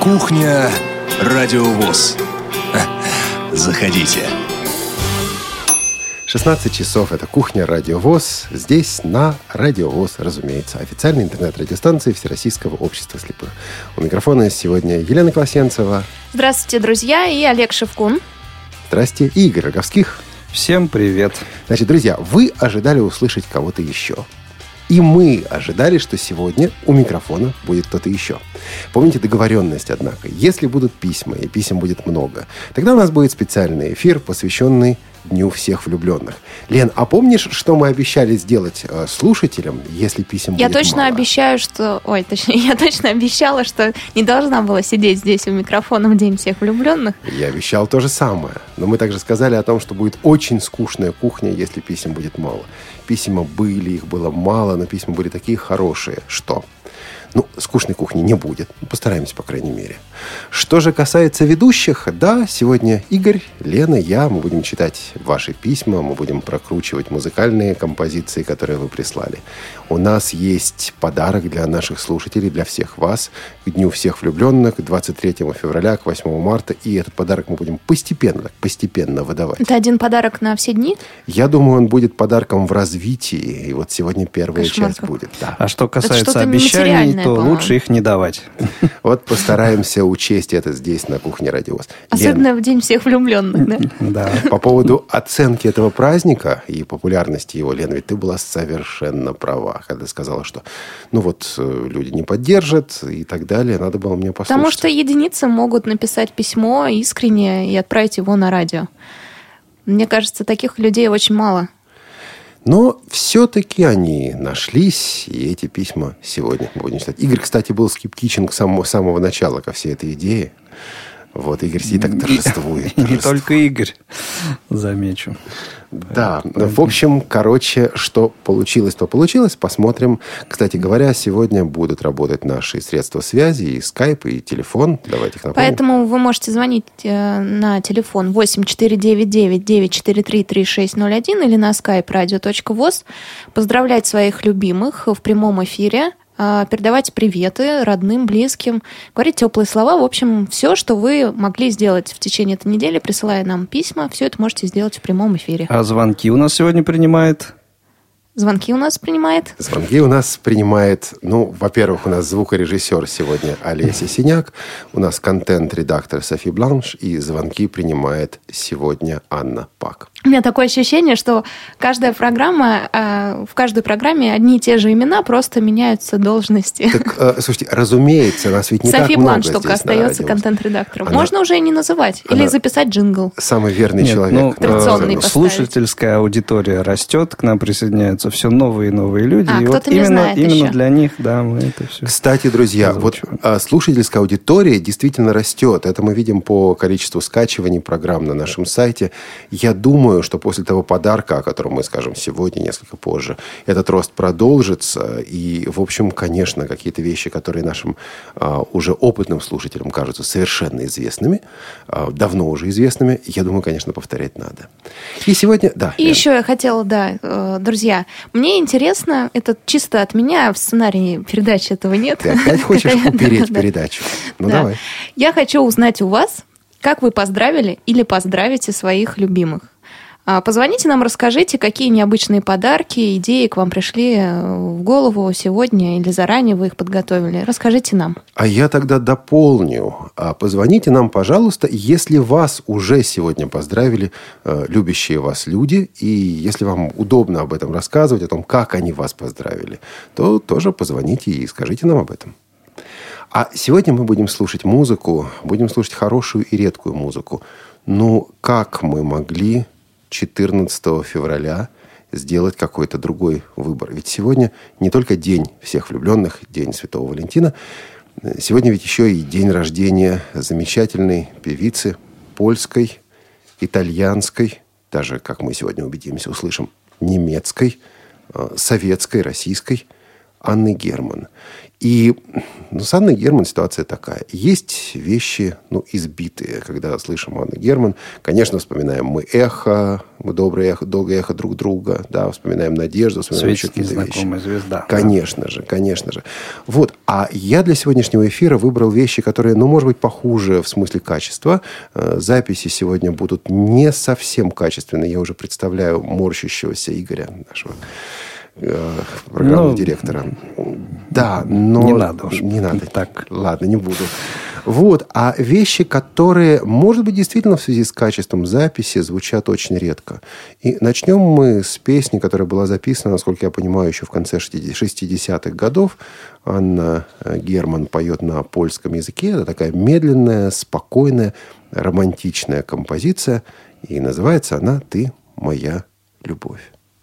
Кухня Радио ВОС. Заходите. 16 часов. Это «Кухня Радио ВОС». Здесь на Радио ВОС, разумеется. Официальной интернет-радиостанции Всероссийского общества слепых. У микрофона сегодня Елена Класенцева. Здравствуйте, друзья, и Олег Шевкун. Здрасте. И Игорь Роговских. Всем привет. Значит, друзья, вы ожидали услышать кого-то еще. И мы ожидали, что сегодня у микрофона будет кто-то еще. Помните договоренность, однако. Если будут письма, и писем будет много, тогда у нас будет специальный эфир, посвященный Дню всех влюбленных. Лен, а помнишь, что мы обещали сделать слушателям, если писем будет мало? Я точно обещала, что не должна была сидеть здесь у микрофона в День всех влюбленных. Я обещал то же самое. Но мы также сказали о том, что будет очень скучная кухня, если писем будет мало. Письма были, их было мало, но письма были такие хорошие, что... скучной кухни не будет. Постараемся, по крайней мере. Что же касается ведущих, да, сегодня Игорь, Лена, я, мы будем читать ваши письма, мы будем прокручивать музыкальные композиции, которые вы прислали. У нас есть подарок для наших слушателей, для всех вас, к Дню всех влюбленных, к 23 февраля, к 8 марта. И этот подарок мы будем постепенно выдавать. Это один подарок на все дни? Я думаю, он будет подарком в развитии. И вот сегодня первая часть будет. Да. А что касается обещаний, то лучше их не давать. Вот постараемся учесть это здесь, на кухне Радио ВОС. Особенно в День всех влюбленных, да? Да. По поводу оценки этого праздника и популярности его, Лен, ведь ты была совершенно права, когда сказала, что люди не поддержат и так далее. Надо было мне послушать. Потому что единицы могут написать письмо искренне и отправить его на радио. Мне кажется, таких людей очень мало. Но все-таки они нашлись, и эти письма сегодня будем читать. Игорь, кстати, был скептичен с самого начала ко всей этой идее. Вот, Игорь сидит так торжествует. Не только Игорь, замечу. Да, в общем, что получилось, то получилось. Посмотрим. Кстати говоря, сегодня будут работать наши средства связи, и скайп, и телефон. Давайте их напомним. Поэтому вы можете звонить на телефон 8499-943-3601 или на skype radio.voz, поздравлять своих любимых в прямом эфире, передавать приветы родным, близким, говорить теплые слова. В общем, все, что вы могли сделать в течение этой недели, присылая нам письма, все это можете сделать в прямом эфире. А звонки у нас сегодня принимает? Звонки у нас принимает, во-первых, у нас звукорежиссер сегодня Олеся Синяк, у нас контент-редактор Софи Бланш, и звонки принимает сегодня Анна Пак. У меня такое ощущение, что в каждой программе одни и те же имена, просто меняются должности. Так, слушайте, разумеется, нас ведь не Софи так много Бланш здесь только остается на радио. контент-редактором. Можно уже и не называть. Или записать джингл. Самый верный человек. Традиционный поставить. Слушательская аудитория растет, к нам присоединяются все новые и новые люди. И кто-то не знает именно еще. для них, да, мы это все. Кстати, друзья, слушательская аудитория действительно растет. Это мы видим по количеству скачиваний программ на нашем сайте. Я думаю, что после того подарка, о котором мы скажем сегодня, несколько позже, этот рост продолжится. И, в общем, конечно, какие-то вещи, которые нашим уже опытным слушателям кажутся совершенно известными, давно уже известными, я думаю, конечно, повторять надо. И сегодня... Еще я хотела, друзья, мне интересно, это чисто от меня, в сценарии передачи этого нет. Ты опять хочешь упереть передачу? Давай. Я хочу узнать у вас, как вы поздравили или поздравите своих любимых. Позвоните нам, расскажите, какие необычные подарки, идеи к вам пришли в голову сегодня или заранее вы их подготовили. Расскажите нам. А я тогда дополню. Позвоните нам, пожалуйста, если вас уже сегодня поздравили любящие вас люди, и если вам удобно об этом рассказывать, о том, как они вас поздравили, то тоже позвоните и скажите нам об этом. А сегодня мы будем слушать музыку, будем слушать хорошую и редкую музыку. Как мы могли 14 февраля сделать какой-то другой выбор? Ведь сегодня не только День всех влюбленных, День Святого Валентина. Сегодня ведь еще и день рождения замечательной певицы польской, итальянской, даже, как мы сегодня убедимся, услышим, немецкой, советской, российской Анны Герман. И с Анной Герман ситуация такая. Есть вещи, избитые. Когда слышим Анну Герман, конечно, вспоминаем мы эхо, мы доброе эхо, долгое эхо друг друга, да, вспоминаем надежду, вспоминаем еще какие-то вещи. Незнакомая звезда. Конечно же. Вот. А я для сегодняшнего эфира выбрал вещи, которые, может быть, похуже в смысле качества. Записи сегодня будут не совсем качественные. Я уже представляю морщащегося Игоря, нашего программного директора. Да, но... Не надо уж. Не надо. Так. Ладно, не буду. Вот. А вещи, которые, может быть, действительно в связи с качеством записи звучат очень редко. И начнем мы с песни, которая была записана, насколько я понимаю, еще в конце 60-х годов. Анна Герман поет на польском языке. Это такая медленная, спокойная, романтичная композиция. И называется она «Ты моя любовь».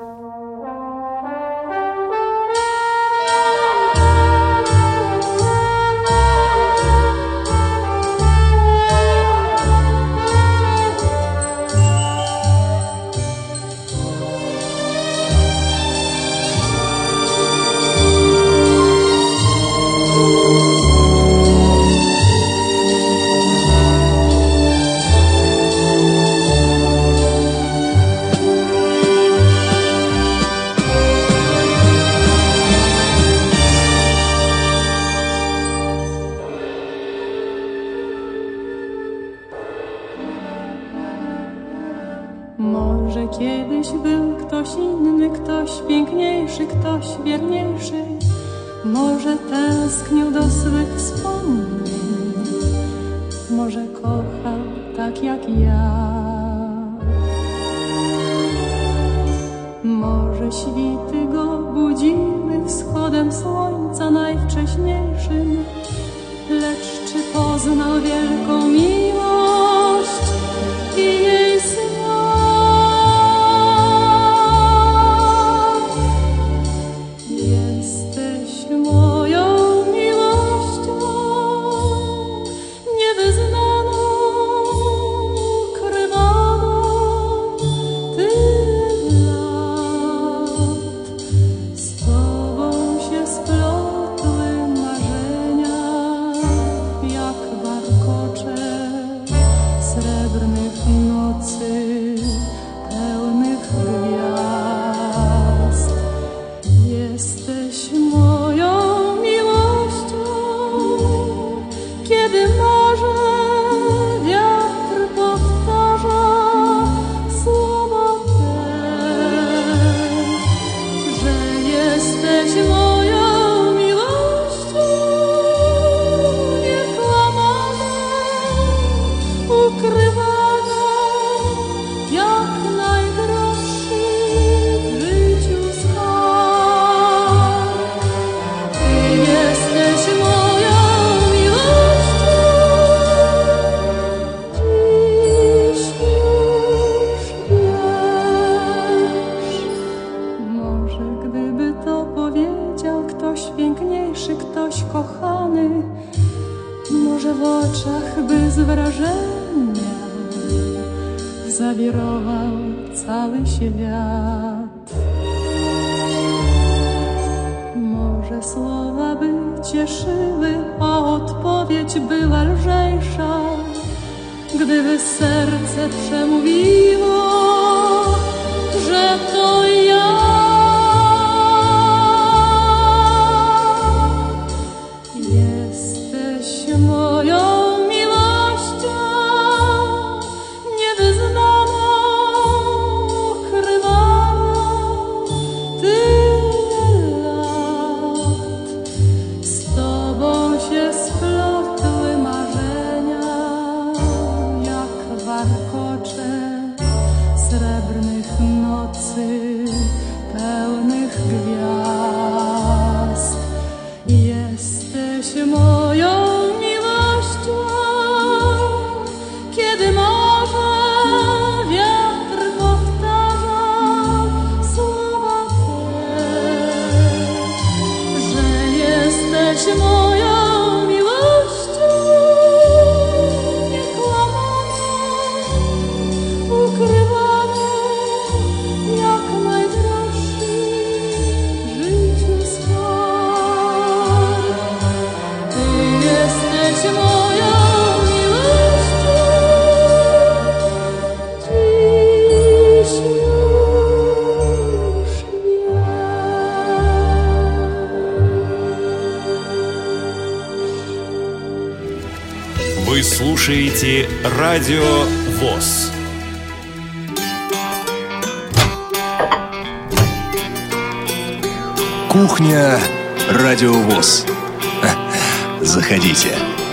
Może kiedyś był ktoś inny, ktoś piękniejszy, ktoś wierniejszy. Może tęsknił do swych wspomnień. Może kochał tak jak ja. Może świty go budziły wschodem słońca najwcześniejszym. Lecz czy poznał wielką miłość i jej smak? Jesteś moją miłością niewyznaną, ukrywaną tyle lat. Z tobą się splotły marzenia, jak warkocze srebrnych nocy pełnych gwiazd. Jesteś moją miłością, kiedy morze wiatr powtarza słowa te, że jesteś moją miłością niekłamaną, ukrywaną jak najdroższy w życiu skarb. Ty jesteś moją miłością, dziś już wiesz. Może gdyby to powiedział ktoś piękniejszy, ktoś kochany, może w oczach by z wrażenia zawirował cały świat. Może słowa by cieszyły, a odpowiedź była lżejsza, gdyby serce przemówiło, że to ja. Jesteś moją miłością niewyznaną, ukrywaną tyle lat. Z tobą się splotły marzenia, jak warkocze srebrnych nocy Вы слушаете Радио ВОС. Кухня Радио ВОС. Заходите.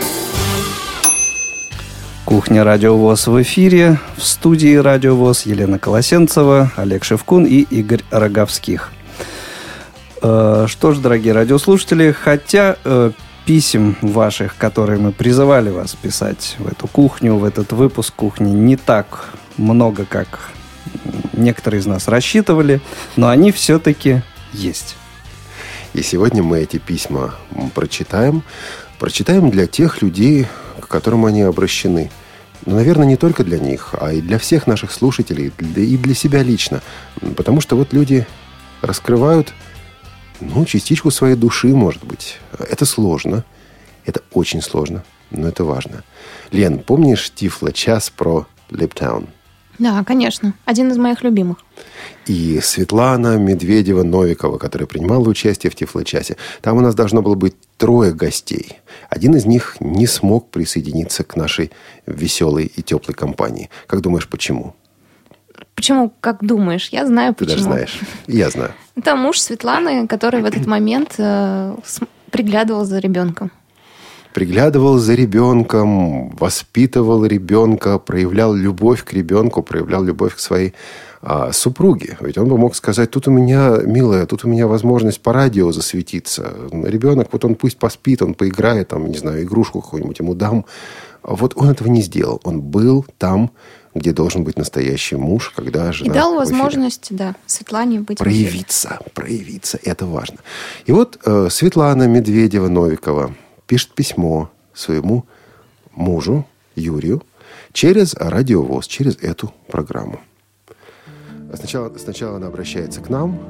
Кухня Радио ВОС в эфире. В студии Радио ВОС Елена Колосенцева, Олег Шевкун и Игорь Роговских. Что ж, дорогие радиослушатели, хотя писем ваших, которые мы призывали вас писать в эту кухню, в этот выпуск кухни, не так много, как некоторые из нас рассчитывали, но они все-таки есть. И сегодня мы эти письма прочитаем. Прочитаем для тех людей, к которым они обращены. Но, наверное, не только для них, а и для всех наших слушателей, и для себя лично. Потому что вот люди раскрывают, частичку своей души, может быть. Это сложно. Это очень сложно, но это важно. Лен, помнишь Тифло-час про Липтаун? Да, конечно. Один из моих любимых. И Светлана Медведева-Новикова, которая принимала участие в Тифло-часе. Там у нас должно было быть 3 гостей. Один из них не смог присоединиться к нашей веселой и теплой компании. Как думаешь, почему? Почему, как думаешь? Я знаю, почему. Ты даже знаешь. Я знаю. Это муж Светланы, который в этот момент приглядывал за ребенком. Приглядывал за ребенком, воспитывал ребенка, проявлял любовь к ребенку, проявлял любовь к своей супруге. Ведь он бы мог сказать: тут у меня, милая, тут у меня возможность по радио засветиться. Ребенок, вот он пусть поспит, он поиграет, там, не знаю, игрушку какую-нибудь ему дам. Вот он этого не сделал. Он был там, где должен быть настоящий муж, когда жена... И дал возможность, Светлане быть... Проявиться. Это важно. И вот Светлана Медведева-Новикова пишет письмо своему мужу Юрию через Радио ВОС, через эту программу. Сначала она обращается к нам.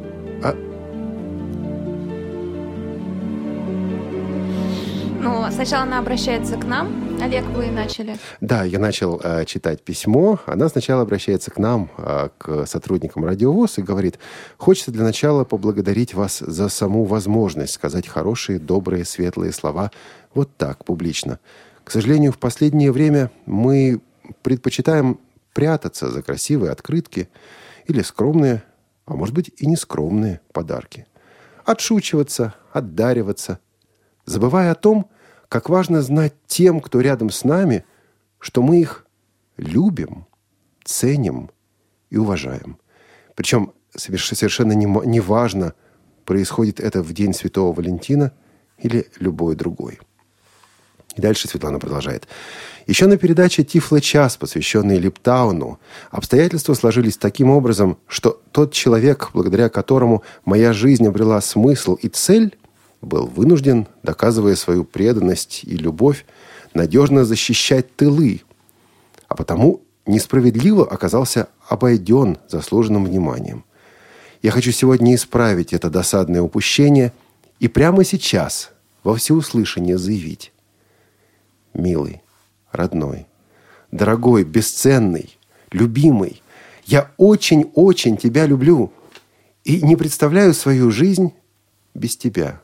Сначала она обращается к нам. Олег, вы начали. Да, я начал читать письмо. Она сначала обращается к нам, к сотрудникам Радио ВОС, и говорит: хочется для начала поблагодарить вас за саму возможность сказать хорошие, добрые, светлые слова вот так, публично. К сожалению, в последнее время мы предпочитаем прятаться за красивые открытки или скромные, а может быть и нескромные подарки. Отшучиваться, отдариваться, забывая о том, как важно знать тем, кто рядом с нами, что мы их любим, ценим и уважаем. Причем совершенно не важно, происходит это в День Святого Валентина или любой другой. И дальше Светлана продолжает. Еще на передаче «Тифло-час», посвященной Липтауну, обстоятельства сложились таким образом, что тот человек, благодаря которому моя жизнь обрела смысл и цель, был вынужден, доказывая свою преданность и любовь, надежно защищать тылы, а потому несправедливо оказался обойден заслуженным вниманием. Я хочу сегодня исправить это досадное упущение и прямо сейчас во всеуслышание заявить: милый, родной, дорогой, бесценный, любимый, я очень-очень тебя люблю и не представляю свою жизнь без тебя.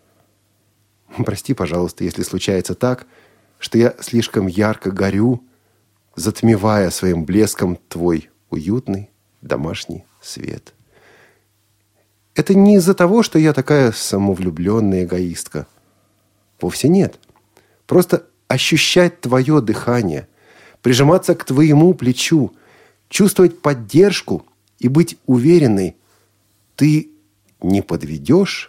Прости, пожалуйста, если случается так, что я слишком ярко горю, затмевая своим блеском твой уютный домашний свет. Это не из-за того, что я такая самовлюбленная эгоистка. Вовсе нет. Просто ощущать твое дыхание, прижиматься к твоему плечу, чувствовать поддержку и быть уверенной, ты не подведешь.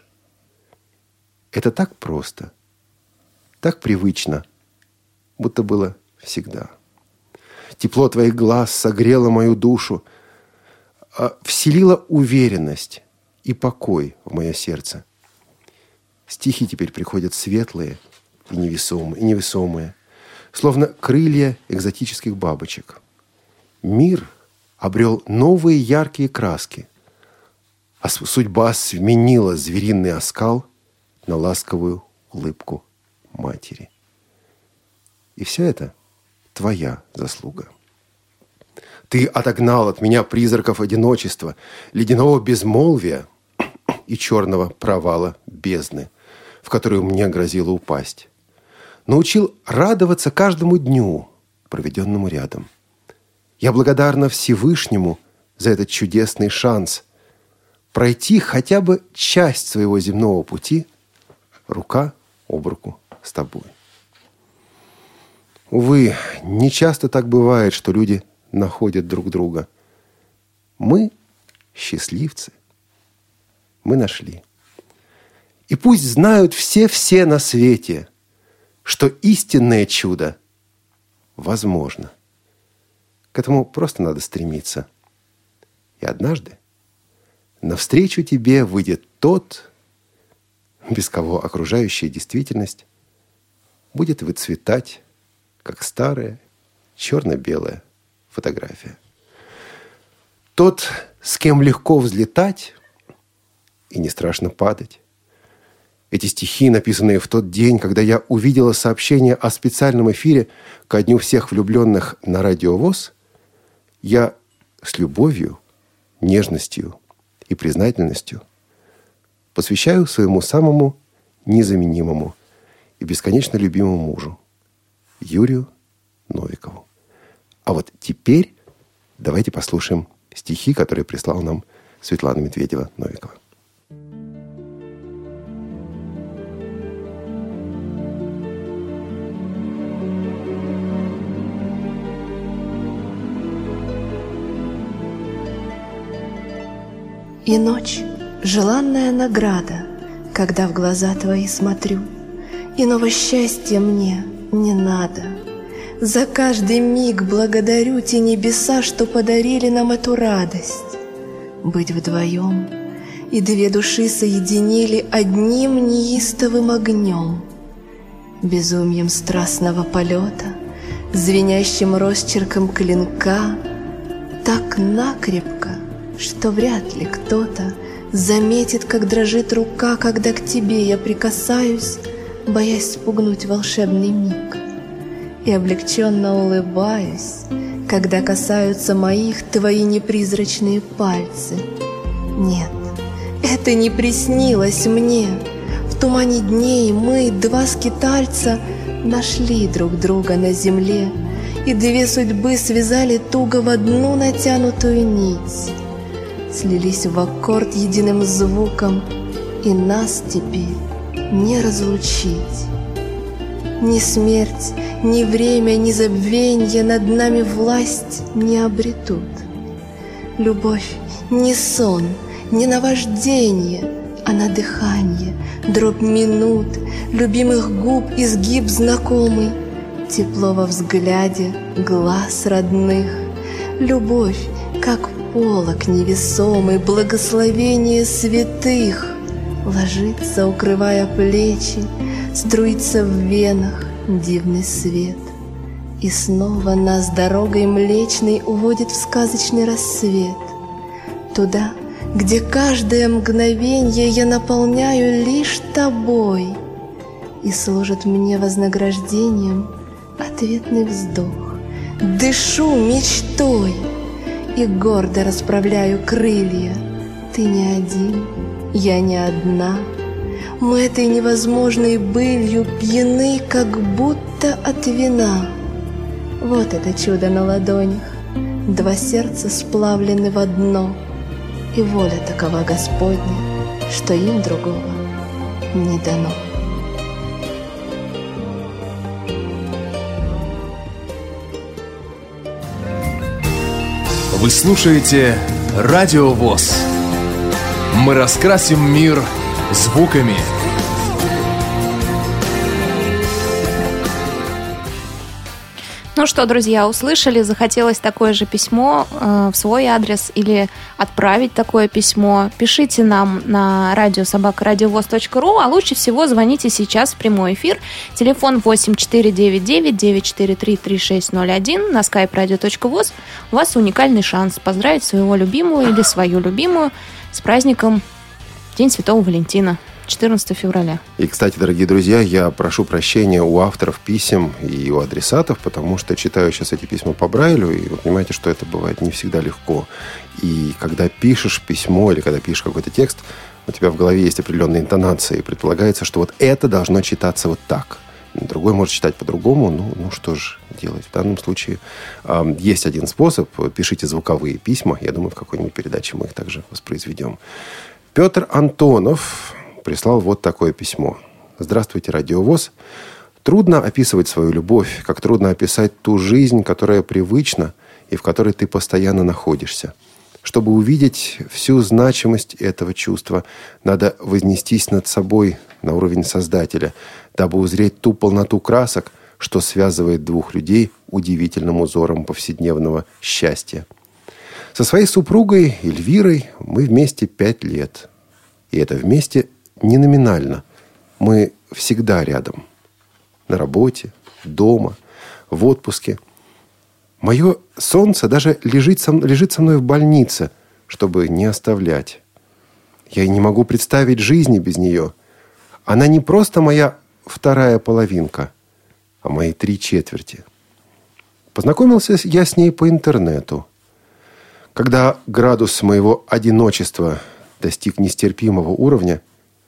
Это так просто, так привычно, будто было всегда. Тепло твоих глаз согрело мою душу, вселило уверенность и покой в мое сердце. Стихи теперь приходят светлые и невесомые, словно крылья экзотических бабочек. Мир обрел новые яркие краски, а судьба сменила звериный оскал на ласковую улыбку матери. И все это твоя заслуга. Ты отогнал от меня призраков одиночества, ледяного безмолвия и черного провала бездны, в которую мне грозило упасть. научил радоваться каждому дню, проведенному рядом. Я благодарна Всевышнему за этот чудесный шанс пройти хотя бы часть своего земного пути рука об руку с тобой. Увы, не часто так бывает, что люди находят друг друга. Мы счастливцы. Мы нашли. И пусть знают все на свете, что истинное чудо возможно. К этому просто надо стремиться. И однажды навстречу тебе выйдет тот, без кого окружающая действительность будет выцветать, как старая черно-белая фотография. Тот, с кем легко взлетать и не страшно падать. Эти стихи, написанные в тот день, когда я увидела сообщение о специальном эфире ко дню всех влюбленных на Радио ВОС, я с любовью, нежностью и признательностью посвящаю своему самому незаменимому и бесконечно любимому мужу, Юрию Новикову. А вот теперь давайте послушаем стихи, которые прислала нам Светлана Медведева-Новикова. И ночь — желанная награда, когда в глаза твои смотрю. Иного счастья мне не надо. За каждый миг благодарю те небеса, что подарили нам эту радость. Быть вдвоем, и две души соединили одним неистовым огнем. Безумием страстного полета, звенящим росчерком клинка, так накрепко, что вряд ли кто-то заметит, как дрожит рука, когда к тебе я прикасаюсь, боясь спугнуть волшебный миг. И облегченно улыбаюсь, когда касаются моих твои непризрачные пальцы. Нет, это не приснилось мне. В тумане дней мы, два скитальца, нашли друг друга на земле, и две судьбы связали туго в одну натянутую нить. Слились в аккорд единым звуком, и нас теперь не разлучить. Ни смерть, ни время, ни забвенье над нами власть не обретут. Любовь не сон, не наваждение, а на дыхание, дробь минут, любимых губ изгиб знакомый, тепло во взгляде глаз родных. Любовь, как полог невесомый, благословение святых, ложится, укрывая плечи, струится в венах дивный свет. И снова нас дорогой млечной уводит в сказочный рассвет, туда, где каждое мгновенье я наполняю лишь тобой, и служит мне вознаграждением ответный вздох. Дышу мечтой и гордо расправляю крылья. Ты не один, я не одна. Мы этой невозможной былью пьяны, как будто от вина. Вот это чудо на ладонях, два сердца сплавлены в одно, и воля такова Господня, что им другого не дано. Вы слушаете Радио ВОС. Мы раскрасим мир звуками. Ну что, друзья, услышали, захотелось такое же письмо в свой адрес или отправить такое письмо, пишите нам на радиособакарадиовос.ру, а лучше всего звоните сейчас в прямой эфир. Телефон 8499-943-3601 на skype-radio.voz. У вас уникальный шанс поздравить своего любимого или свою любимую с праздником День Святого Валентина. 14 февраля. И, кстати, дорогие друзья, я прошу прощения у авторов писем и у адресатов, потому что читаю сейчас эти письма по Брайлю, и вы понимаете, что это бывает не всегда легко. И когда пишешь письмо или когда пишешь какой-то текст, у тебя в голове есть определенные интонации, и предполагается, что вот это должно читаться вот так. другой может читать по-другому. Ну, что же делать? В данном случае есть один способ. Пишите звуковые письма. Я думаю, в какой-нибудь передаче мы их также воспроизведем. Петр Антонов прислал вот такое письмо. Здравствуйте, Радио ВОС. Трудно описывать свою любовь, как трудно описать ту жизнь, которая привычна и в которой ты постоянно находишься. Чтобы увидеть всю значимость этого чувства, надо вознестись над собой на уровень Создателя, дабы узреть ту полноту красок, что связывает двух людей удивительным узором повседневного счастья. Со своей супругой Эльвирой мы вместе 5 лет. И это вместе не номинально. Мы всегда рядом. На работе, дома, в отпуске. Мое солнце даже лежит со мной в больнице, чтобы не оставлять. Я не могу представить жизни без нее. Она не просто моя вторая половинка, а мои 3/4. Познакомился я с ней по интернету. Когда градус моего одиночества достиг нестерпимого уровня,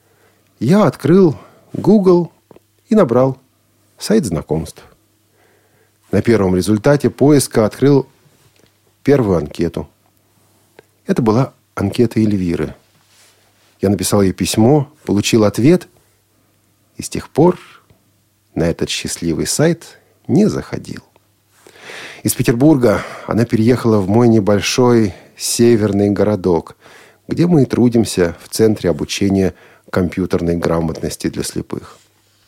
я открыл Google и набрал сайт знакомств. На первом результате поиска открыл первую анкету. Это была анкета Эльвиры. Я написал ей письмо, получил ответ, и с тех пор на этот счастливый сайт не заходил. Из Петербурга она переехала в мой небольшой северный городок, где мы и трудимся в Центре обучения компьютерной грамотности для слепых.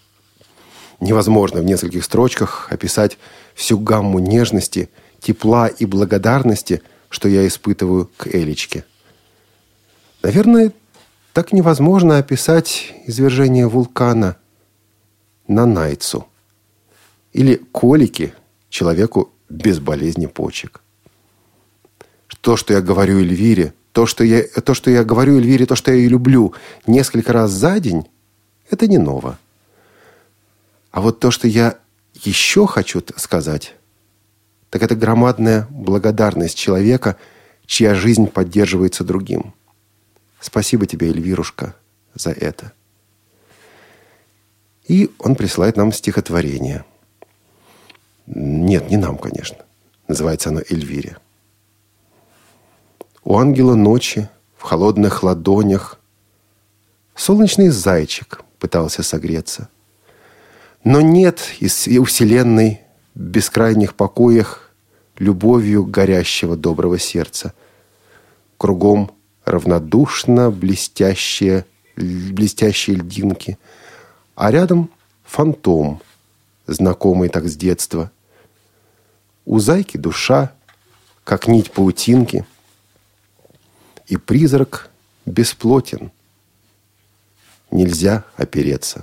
Невозможно в нескольких строчках описать всю гамму нежности, тепла и благодарности, что я испытываю к Элечке. Наверное, так невозможно описать извержение вулкана Нанайцу или колики человеку без болезни почек. То, что я говорю Эльвире, то, что я говорю Эльвире, то, что я ее люблю несколько раз за день, это не ново. А вот то, что я еще хочу сказать, так это громадная благодарность человека, чья жизнь поддерживается другим. Спасибо тебе, Эльвирушка, за это. И он присылает нам стихотворение. Нет, не нам, конечно. Называется оно «Эльвире». У ангела ночи в холодных ладонях солнечный зайчик пытался согреться. Но нет у вселенной в бескрайних покоях любовью горящего доброго сердца. Кругом равнодушно блестящие льдинки, а рядом фантом, знакомый так с детства. У зайки душа, как нить паутинки, и призрак бесплотен. Нельзя опереться.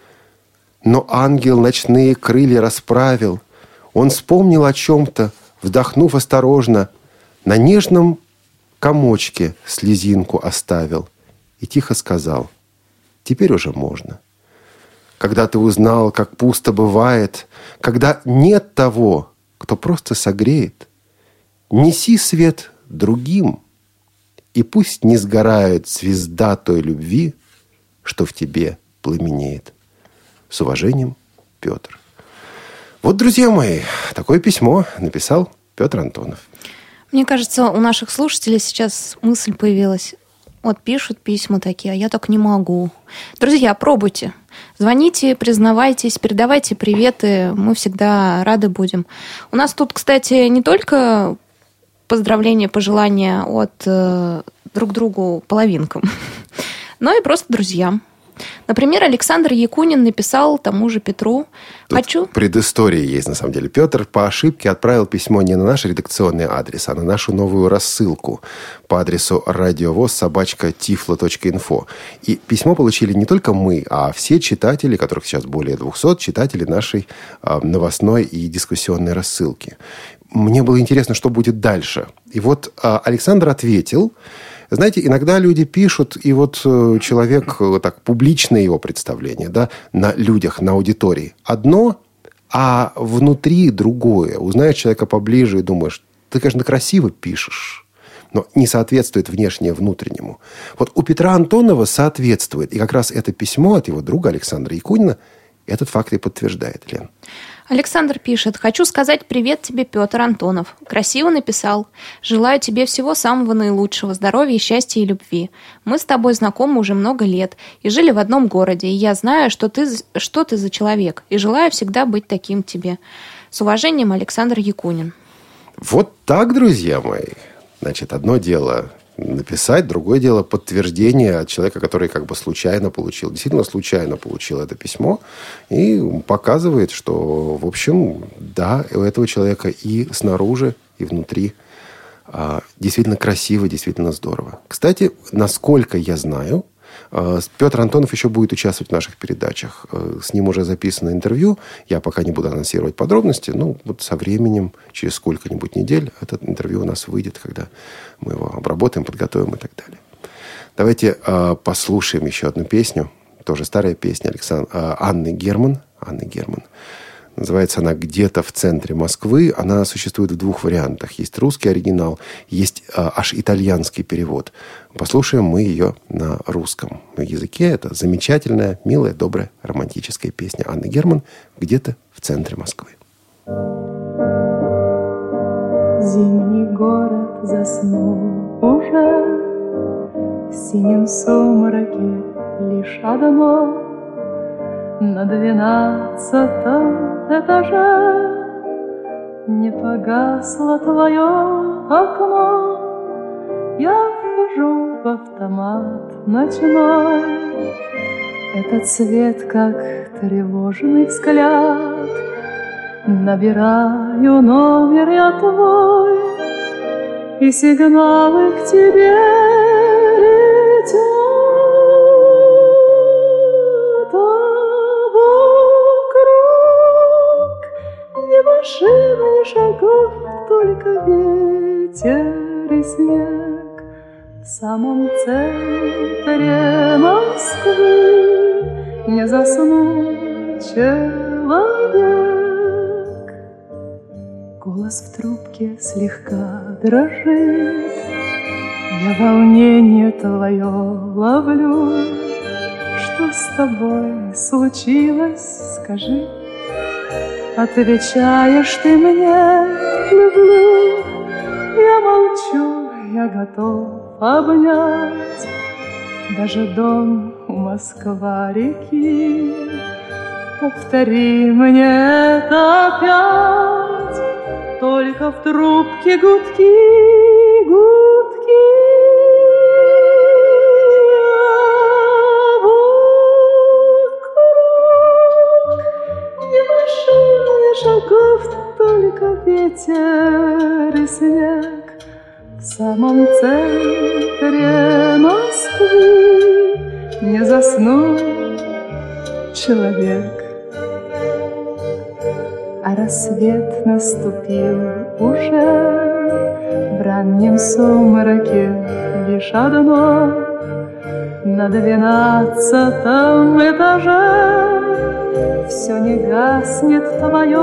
Но ангел ночные крылья расправил. Он вспомнил о чем-то, вдохнув осторожно, на нежном комочке слезинку оставил и тихо сказал: «Теперь уже можно». Когда ты узнал, как пусто бывает, когда нет того, кто просто согреет, неси свет другим, и пусть не сгорает звезда той любви, что в тебе пламенеет. С уважением, Петр. Вот, друзья мои, такое письмо написал Петр Антонов. Мне кажется, у наших слушателей сейчас мысль появилась. Вот пишут письма такие, а я так не могу. Друзья, пробуйте. Звоните, признавайтесь, передавайте приветы. Мы всегда рады будем. У нас тут, кстати, не только поздравления, пожелания от друг другу половинкам, но и просто друзьям. Например, Александр Якунин написал тому же Петру: «Хочу...» Предыстория есть, на самом деле. Петр по ошибке отправил письмо не на наш редакционный адрес, а на нашу новую рассылку по адресу radiovoz@tiflo.info. И письмо получили не только мы, а все читатели, которых сейчас более 200, читатели нашей новостной и дискуссионной рассылки. Мне было интересно, что будет дальше. И вот Александр ответил. Знаете, иногда люди пишут, и вот человек, вот так, публичное его представление, да, на людях, на аудитории одно, а внутри другое. Узнаешь человека поближе и думаешь: ты, конечно, красиво пишешь, но не соответствует внешнее внутреннему. Вот у Петра Антонова соответствует. И как раз это письмо от его друга Александра Якунина этот факт и подтверждает, Лен. Александр пишет: «Хочу сказать привет тебе, Петр Антонов. Красиво написал. Желаю тебе всего самого наилучшего, здоровья, счастья и любви. Мы с тобой знакомы уже много лет и жили в одном городе, и я знаю, что ты за человек, и желаю всегда быть таким тебе. С уважением, Александр Якунин». Вот так, друзья мои. Значит, одно дело написать, другое дело подтверждение от человека, который как бы случайно получил. Действительно случайно получил это письмо. И показывает, что, в общем, да, у этого человека и снаружи, и внутри действительно красиво, действительно здорово. Кстати, насколько я знаю, Петр Антонов еще будет участвовать в наших передачах. С ним уже записано интервью. Я пока не буду анонсировать подробности. Ну, вот со временем, через сколько-нибудь недель, это интервью у нас выйдет, когда мы его обработаем, подготовим и так далее. Давайте послушаем еще одну песню. Тоже старая песня Анны Герман. Называется она «Где-то в центре Москвы». Она существует в двух вариантах. Есть русский оригинал, есть аж итальянский перевод. Послушаем мы ее на русском языке. Это замечательная, милая, добрая, романтическая песня Анны Герман «Где-то в центре Москвы». Зимний город заснул уже, в синем сумраке лишь одно. На 12-м этаже не погасло твое окно. Я вхожу в автомат ночной. Этот свет, как тревожный взгляд. Набираю номер я твой, и сигналы к тебе летят. Машина, ни шагов, только ветер и снег. В самом центре Москвы не заснул человек. Голос в трубке слегка дрожит, я волнение твое ловлю. Что с тобой случилось, скажи? Отвечаешь ты мне: люблю. Я молчу, я готов обнять даже дом у Москва-реки. Повтори мне это опять, только в трубке гудки, гудки. Шагов, только ветер и снег. В самом центре Москвы не заснул человек. А рассвет наступил уже, в раннем сумраке лишь одно. На 12-м этаже все не гаснет твое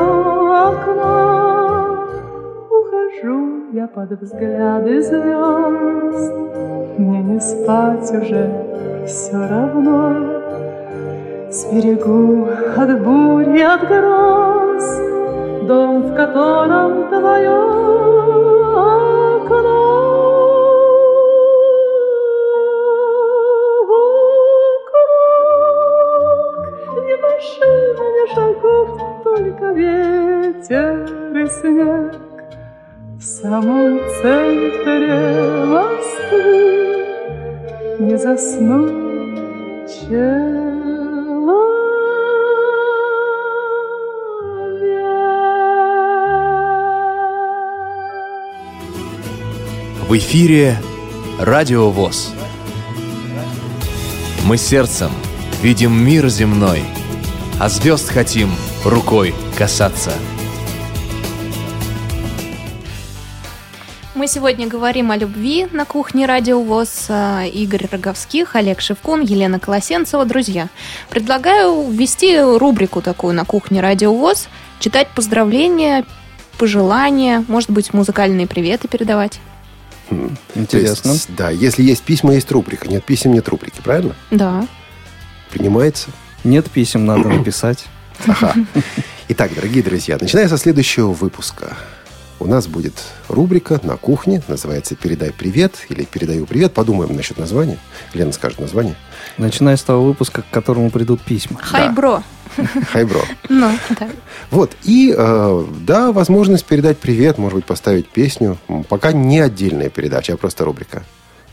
окно. Ухожу я под взгляды звезд, мне не спать уже все равно. Сберегу от бурь и от гроз дом, в котором твое окно. Шагов, только ветер и снег. В самом центре Москвы не заснул человек. В эфире Радио ВОС. Мы сердцем видим мир земной, а звезд хотим рукой касаться. Мы сегодня говорим о любви на кухне Радио ВОС. Игорь Роговских, Олег Шевкун, Елена Колосенцева. Друзья, предлагаю ввести рубрику такую на кухне Радио ВОС, читать поздравления, пожелания, может быть, музыкальные приветы передавать. Интересно. Есть, да, если есть письма, есть рубрика. Нет писем, нет рубрики, правильно? Да. Принимается? Нет писем, надо написать. Ага. Итак, дорогие друзья, начиная со следующего выпуска, у нас будет рубрика «На кухне», называется «Передай привет» или «Передаю привет». Подумаем насчет названия. Лена скажет название. Начиная с того выпуска, к которому придут письма. Хай-бро. Хай-бро. Ну, да. Вот, и, да, возможность передать привет, может быть, поставить песню. Пока не отдельная передача, а просто рубрика.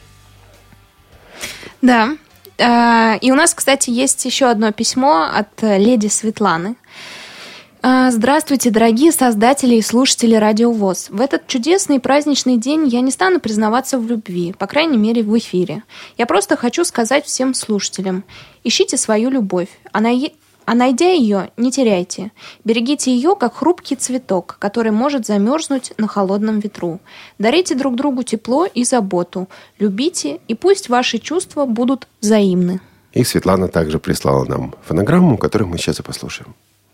Да. И у нас, кстати, есть еще одно письмо от леди Светланы. Здравствуйте, дорогие создатели и слушатели Радио ВОС. В этот чудесный праздничный день я не стану признаваться в любви, по крайней мере, в эфире. Я просто хочу сказать всем слушателям: ищите свою любовь, а найдя ее, не теряйте. Берегите ее, как хрупкий цветок, который может замерзнуть на холодном ветру. Дарите друг другу тепло и заботу. Любите, и пусть ваши чувства будут взаимны. И Светлана также прислала нам фонограмму, которую мы сейчас и послушаем.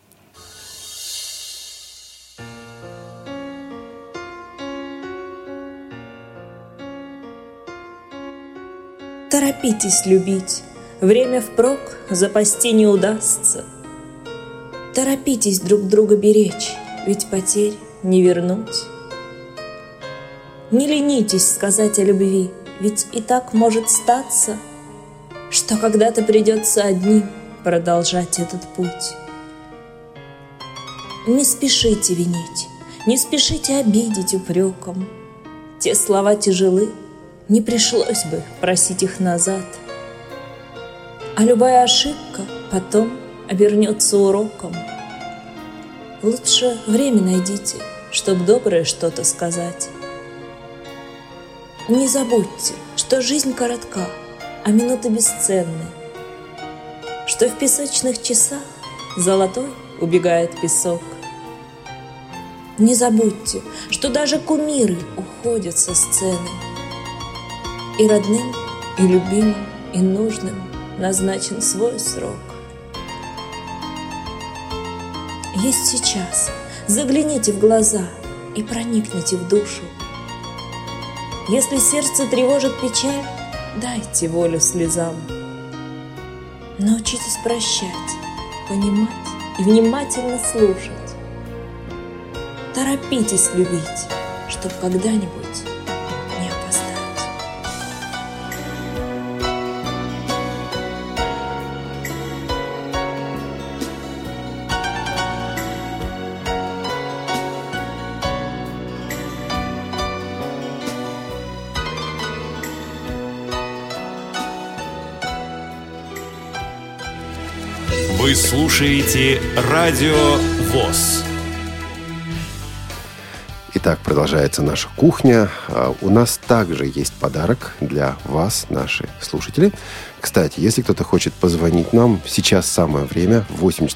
Торопитесь любить, время впрок запасти не удастся. Торопитесь друг друга беречь, ведь потерь не вернуть. Не ленитесь сказать о любви, ведь и так может статься, что когда-то придется одним продолжать этот путь. Не спешите винить, не спешите обидеть упреком. Те слова тяжелы, не пришлось бы просить их назад. А любая ошибка потом обернется уроком. Лучше время найдите, чтоб доброе что-то сказать. Не забудьте, что жизнь коротка, а минуты бесценны, что в песочных часах золотой убегает песок. Не забудьте, что даже кумиры уходят со сцены, и родным, и любимым, и нужным назначен свой срок. Есть сейчас, загляните в глаза и проникните в душу. Если сердце тревожит печаль, дайте волю слезам. Научитесь прощать, понимать и внимательно слушать. Торопитесь любить, чтоб когда-нибудь не опоздать. Вы слушаете Радио ВОС. Итак, продолжается наша кухня. У нас также есть подарок для вас, наши слушатели. Кстати, если кто-то хочет позвонить нам, сейчас самое время.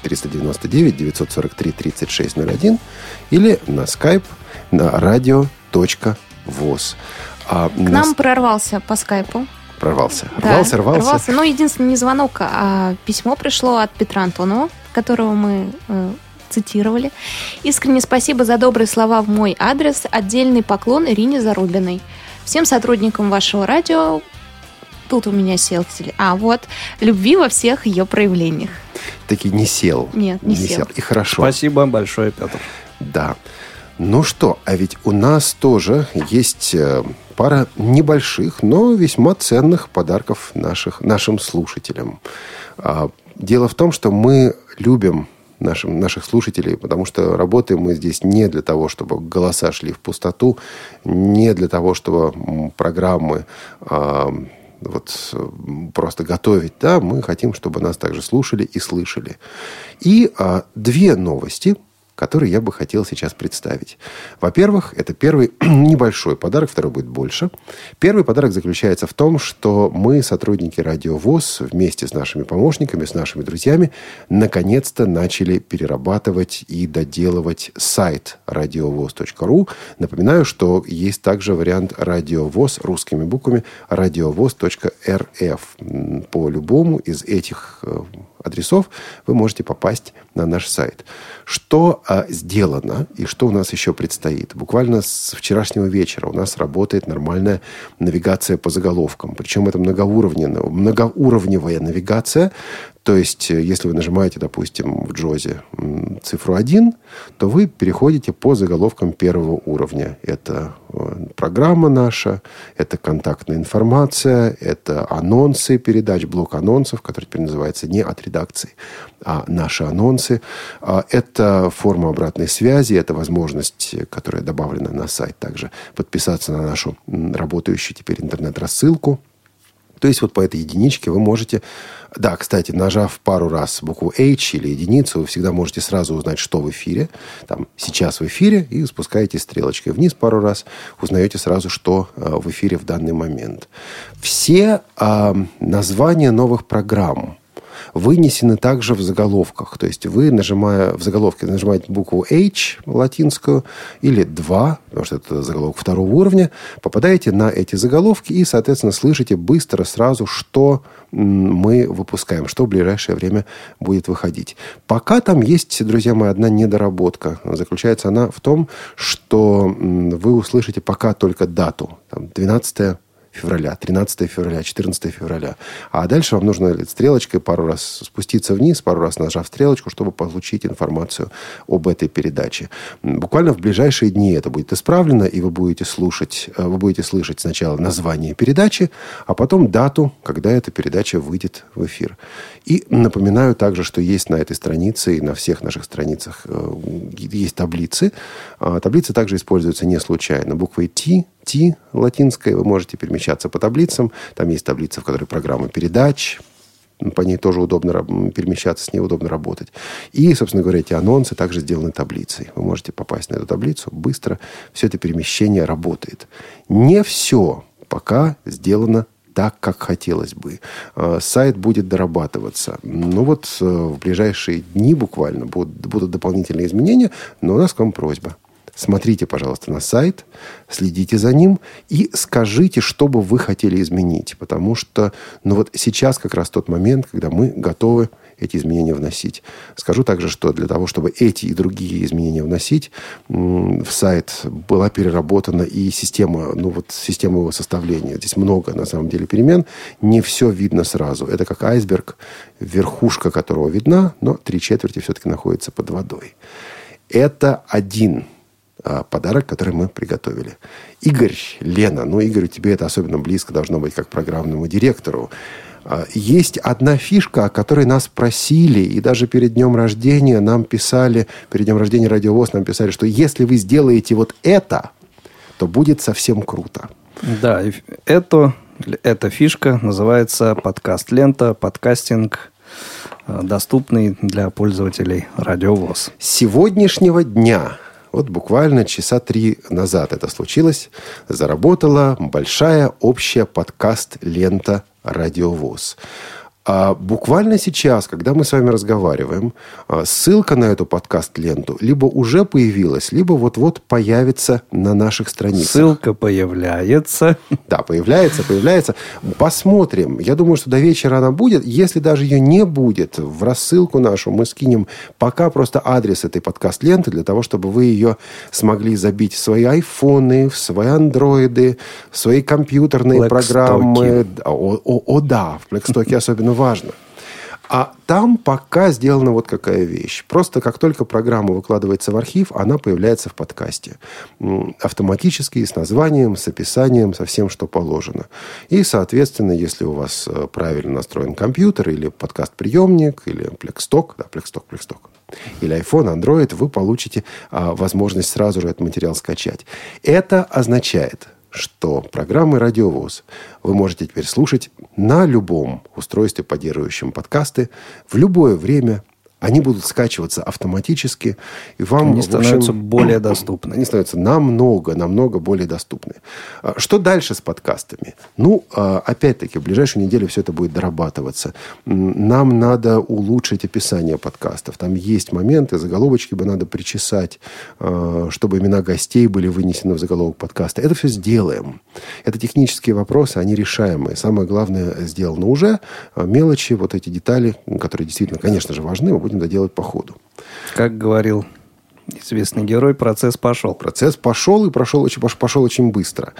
8-499-943-3601 или на skype на radio.voz. К нам прорвался по скайпу. Прорвался. Да, рвался. Но единственное, не звонок, а письмо пришло от Петра Антонова, которого мы цитировали. Искренне спасибо за добрые слова в мой адрес. Отдельный поклон Ирине Зарубиной. Всем сотрудникам вашего радио. Тут у меня сел. Любви во всех ее проявлениях. Таки не сел. Нет, не сел. И хорошо. Спасибо большое, Петр. Да. Ну что, а ведь у нас тоже есть пара небольших, но весьма ценных подарков нашим слушателям. Дело в том, что мы любим наших слушателей, потому что работаем мы здесь не для того, чтобы голоса шли в пустоту, не для того, чтобы программы просто готовить. Да, мы хотим, чтобы нас также слушали и слышали. И две новости, которые я бы хотел сейчас представить. Во-первых, это первый небольшой подарок, второй будет больше. Первый подарок заключается в том, что мы, сотрудники Радио ВОС, вместе с нашими помощниками, с нашими друзьями, наконец-то начали перерабатывать и доделывать сайт radiovoz.ru. Напоминаю, что есть также вариант Радио ВОС русскими буквами radiovoz.rf. По любому из этих адресов вы можете попасть на наш сайт. Что сделано и что у нас еще предстоит? Буквально с вчерашнего вечера у нас работает нормальная навигация по заголовкам. Причем это многоуровневая навигация. То есть, если вы нажимаете, допустим, в JAWS цифру 1, то вы переходите по заголовкам первого уровня. Это программа наша, это контактная информация, это анонсы передач, блок анонсов, который теперь называется не от редакции, а наши анонсы. Это форма обратной связи, это возможность, которая добавлена на сайт, также подписаться на нашу работающую теперь интернет-рассылку. То есть, вот по этой единичке вы можете... Да, кстати, нажав пару раз букву H или единицу, вы всегда можете сразу узнать, что в эфире. Там, сейчас в эфире, и спускаетесь стрелочкой вниз пару раз, узнаете сразу, что в эфире в данный момент. Все названия новых программ вынесены также в заголовках. То есть, вы, нажимая в заголовке, нажимаете букву H латинскую или 2, потому что это заголовок второго уровня, попадаете на эти заголовки и, соответственно, слышите быстро сразу, что мы выпускаем, что в ближайшее время будет выходить. Пока там есть, друзья мои, одна недоработка. Заключается она в том, что вы услышите пока только дату. Там, 12 февраля, 13 февраля, 14 февраля. А дальше вам нужно стрелочкой пару раз спуститься вниз, пару раз нажав стрелочку, чтобы получить информацию об этой передаче. Буквально в ближайшие дни это будет исправлено, и вы будете слышать сначала название передачи, а потом дату, когда эта передача выйдет в эфир. И напоминаю также, что есть на этой странице и на всех наших страницах есть таблицы. Таблицы также используются не случайно. Буквой T латинской, вы можете перемещаться по таблицам. Там есть таблица, в которой программа передач. По ней тоже удобно перемещаться, с ней удобно работать. И, собственно говоря, эти анонсы также сделаны таблицей. Вы можете попасть на эту таблицу быстро. Все это перемещение работает. Не все пока сделано так, как хотелось бы. Сайт будет дорабатываться. Ну вот в ближайшие дни буквально будут дополнительные изменения, но у нас к вам просьба. Смотрите, пожалуйста, на сайт, следите за ним и скажите, что бы вы хотели изменить. Потому что вот сейчас как раз тот момент, когда мы готовы эти изменения вносить. Скажу также, что для того, чтобы эти и другие изменения вносить, в сайт была переработана и система его составления. Здесь много, на самом деле, перемен. Не все видно сразу. Это как айсберг, верхушка которого видна, но 3/4 все-таки находится под водой. Это один подарок, который мы приготовили. Игорь, Лена, Игорю, тебе это особенно близко должно быть, как программному директору. Есть одна фишка, о которой нас просили, и даже перед днем рождения нам писали, перед днем рождения Радио ВОС нам писали, что если вы сделаете вот это, то будет совсем круто. Да, эта фишка называется подкаст-лента, подкастинг, доступный для пользователей Радио ВОС. С сегодняшнего дня, вот буквально часа 3 назад это случилось, заработала большая общая подкаст-лента Радио ВОС. А буквально сейчас, когда мы с вами разговариваем, ссылка на эту подкаст-ленту либо уже появилась, либо вот-вот появится на наших страницах. Ссылка появляется. Да, появляется. Посмотрим. Я думаю, что до вечера она будет. Если даже ее не будет, в рассылку нашу мы скинем пока просто адрес этой подкаст-ленты, для того, чтобы вы ее смогли забить в свои айфоны, в свои андроиды, в свои компьютерные программы. Да, в Blackstock особенно важно. А там пока сделана вот какая вещь. Просто как только программа выкладывается в архив, она появляется в подкасте. Автоматически, с названием, с описанием, со всем, что положено. И, соответственно, если у вас правильно настроен компьютер или подкаст-приемник, или Blackstock, или iPhone, Android, вы получите возможность сразу же этот материал скачать. Это означает, что программы Радио ВОС вы можете теперь слушать на любом устройстве, поддерживающем подкасты, в любое время. Они будут скачиваться автоматически. И вам, они становятся более доступны. Они становятся намного более доступны. Что дальше с подкастами? Опять-таки, в ближайшую неделю все это будет дорабатываться. Нам надо улучшить описание подкастов. Там есть моменты, заголовочки бы надо причесать, чтобы имена гостей были вынесены в заголовок подкаста. Это все сделаем. Это технические вопросы, они решаемые. Самое главное сделано уже. Мелочи, вот эти детали, которые действительно, конечно же, важны, мы будем доделать по ходу. Как говорил известный герой, процесс пошел. Процесс пошел и пошел очень быстро.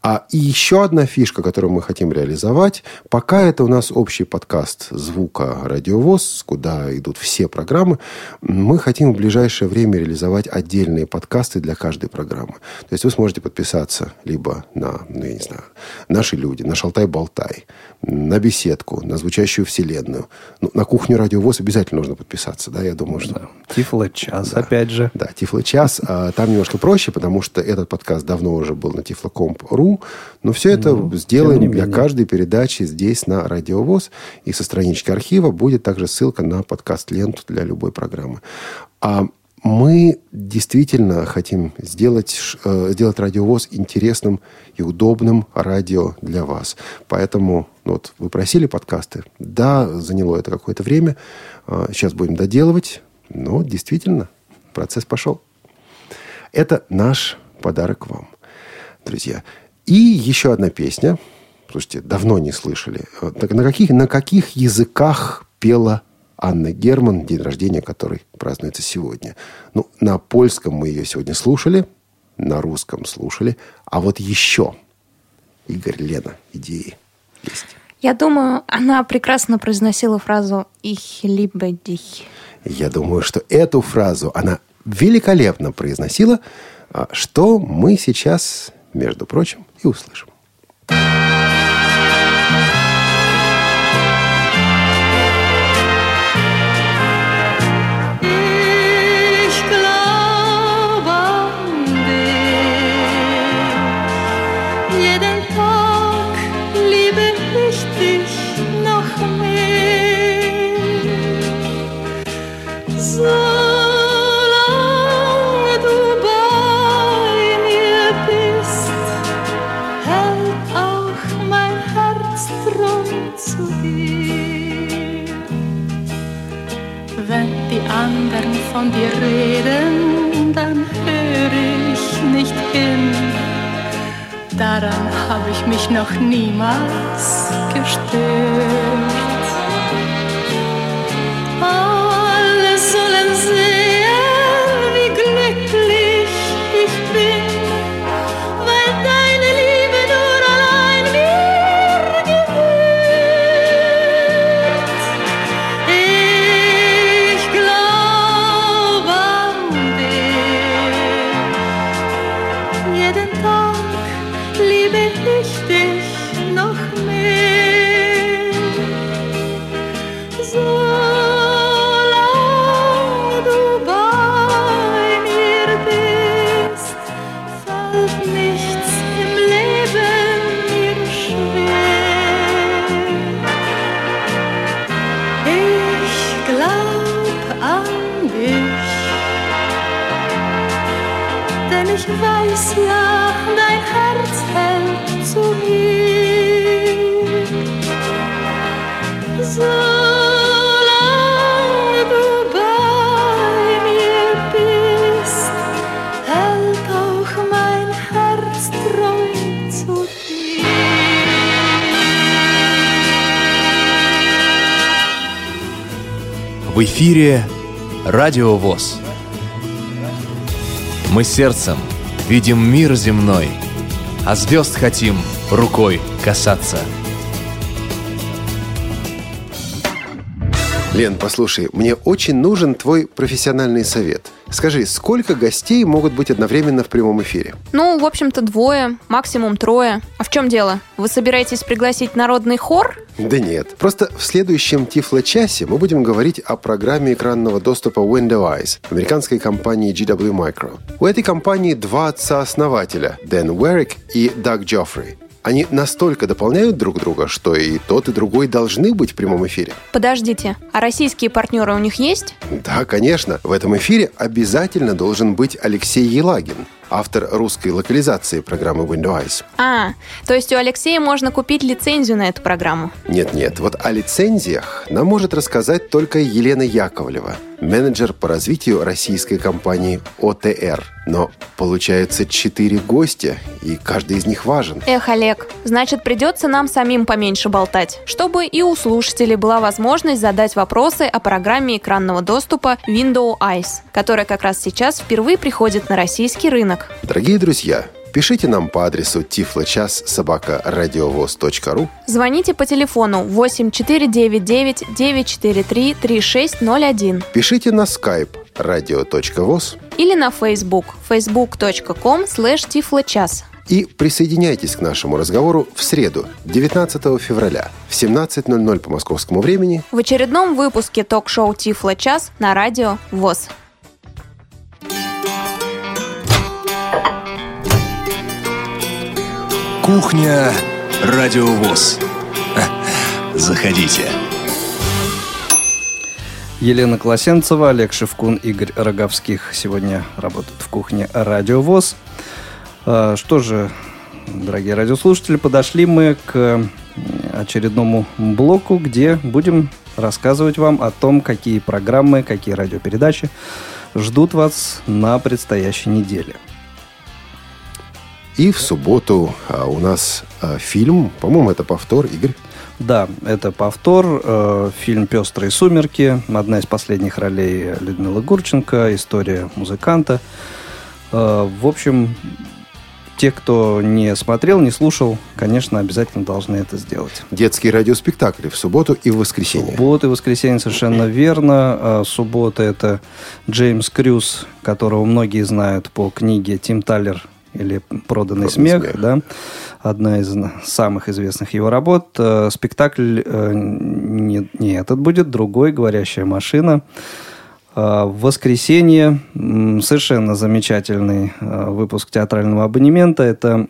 И еще одна фишка, которую мы хотим реализовать, пока это у нас общий подкаст звука «Радио ВОС», куда идут все программы, мы хотим в ближайшее время реализовать отдельные подкасты для каждой программы. То есть вы сможете подписаться либо на, «Наши люди», на «Шалтай-болтай», на «Беседку», на «Звучащую вселенную». На «Кухню Радио ВОС» обязательно нужно подписаться, да, я думаю, что... Тифло-час, опять же. Да, Тифло-час. Там немножко проще, потому что этот подкаст давно уже был на Тифлокомп.ру, но все это сделаем для каждой передачи здесь на Радио ВОС, и со странички архива будет также ссылка на подкаст-ленту для любой программы. Мы действительно хотим сделать Радио ВОС интересным и удобным радио для вас. Поэтому вы просили подкасты. Да, заняло это какое-то время. Сейчас будем доделывать. Но действительно, процесс пошел. Это наш подарок вам, друзья. И еще одна песня. Слушайте, давно не слышали. На каких языках пела Анна Герман, день рождения которой празднуется сегодня? На польском мы ее сегодня слушали, на русском слушали. А вот еще, Игорь, Лена, идеи есть? Я думаю, она прекрасно произносила фразу «Ich liebe dich». Я думаю, что эту фразу она великолепно произносила, что мы сейчас, между прочим, и услышим. Von dir reden, dann höre ich nicht hin. Daran habe ich mich noch niemals gestört. Alle sollen sehen, wie glücklich ich bin, weil deine Liebe nur allein mir gehört. Ich glaube an dich. Jeden Tag liebe ich dich noch mehr. Solange du bei mir bist, fällt nichts im Leben mir schwer. Ich glaub an dich, denn ich weiß ja, dein Herz hält zu mir. Solange du bei mir bist, hält auch mein Herz treu zu dir. В эфире Радио ВОС. Мы сердцем видим мир земной, а звезд хотим рукой касаться. Лен, послушай, мне очень нужен твой профессиональный совет. Скажи, сколько гостей могут быть одновременно в прямом эфире? В общем-то, 2, максимум 3. А в чем дело? Вы собираетесь пригласить народный хор? Да нет. Просто в следующем Тифло-часе мы будем говорить о программе экранного доступа Window-Eyes американской компании GW Micro. У этой компании 2 отца-основателя – Дэн Уэрик и Даг Джоффри. Они настолько дополняют друг друга, что и тот, и другой должны быть в прямом эфире. Подождите, а российские партнеры у них есть? Да, конечно. В этом эфире обязательно должен быть Алексей Елагин, автор русской локализации программы Window-Eyes. То есть у Алексея можно купить лицензию на эту программу? Нет. Вот о лицензиях нам может рассказать только Елена Яковлева, менеджер по развитию российской компании ОТР. Но получается 4 гостя, и каждый из них важен. Эх, Олег, значит, придется нам самим поменьше болтать, чтобы и у слушателей была возможность задать вопросы о программе экранного доступа Window-Eyes, которая как раз сейчас впервые приходит на российский рынок. Дорогие друзья, Пишите нам по адресу tifloчас@radiovoz.ru. Звоните по телефону 8499-943-3601. Пишите на skype radio.voz. Или на Facebook facebook.com/tifloчас. И присоединяйтесь к нашему разговору в среду, 19 февраля, в 17:00 по московскому времени в очередном выпуске ток-шоу «Тифло час» на радио ВОС. Кухня Радио ВОС. Заходите. Елена Колосенцева, Олег Шевкун, Игорь Роговских сегодня работают в кухне Радио ВОС. Что же, дорогие радиослушатели, подошли мы к очередному блоку, где будем рассказывать вам о том, какие программы, какие радиопередачи ждут вас на предстоящей неделе. И в субботу у нас фильм, по-моему, это повтор, Игорь. Да, это повтор, фильм «Пестрые сумерки», одна из последних ролей Людмилы Гурченко, история музыканта. В общем, те, кто не смотрел, не слушал, конечно, обязательно должны это сделать. Детские радиоспектакли в субботу и в воскресенье. Суббота и воскресенье, совершенно верно. Суббота – это Джеймс Крюс, которого многие знают по книге «Тим Талер» или «Проданный смех», да? Одна из самых известных его работ. Спектакль не этот будет, другой, «Говорящая машина». В воскресенье совершенно замечательный выпуск театрального абонемента. Это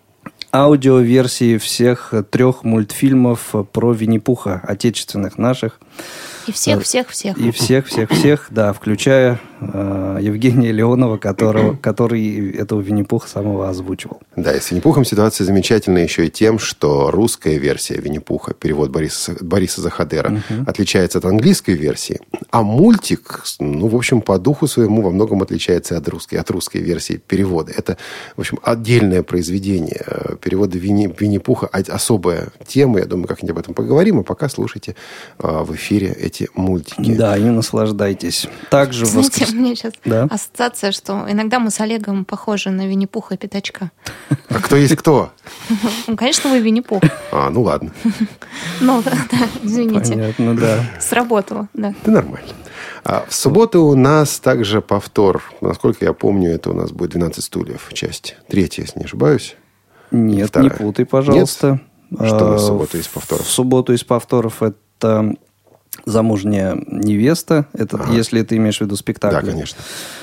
аудиоверсии всех 3 мультфильмов про Винни-Пуха, отечественных наших. И всех-всех-всех. И всех-всех-всех, да, включая Евгения Леонова, который этого Винни-Пуха самого озвучивал. Да, и с Винни-Пухом ситуация замечательная еще и тем, что русская версия Винни-Пуха, перевод Бориса Захадера, отличается от английской версии, а мультик, в общем, по духу своему во многом отличается от русской версии перевода. Это, в общем, отдельное произведение. Переводы Винни-Пуха – особая тема, я думаю, как-нибудь об этом поговорим, а пока слушайте в эфире эти мультики. Да, и наслаждайтесь. Также знаете, у меня сейчас ассоциация, что иногда мы с Олегом похожи на Винни-Пуха и Пятачка. А кто есть кто? Конечно, вы Винни-Пух. Ну ладно. Ну, да, извините. Понятно, да. Сработало, да. Да нормально. В субботу у нас также повтор. Насколько я помню, это у нас будет 12 стульев. Часть 3, если не ошибаюсь. Нет, 2. не путай, пожалуйста. Нет? Что у нас в субботу из повторов? В субботу из повторов это «Замужняя невеста». Это, если ты имеешь в виду спектакль. Да, конечно.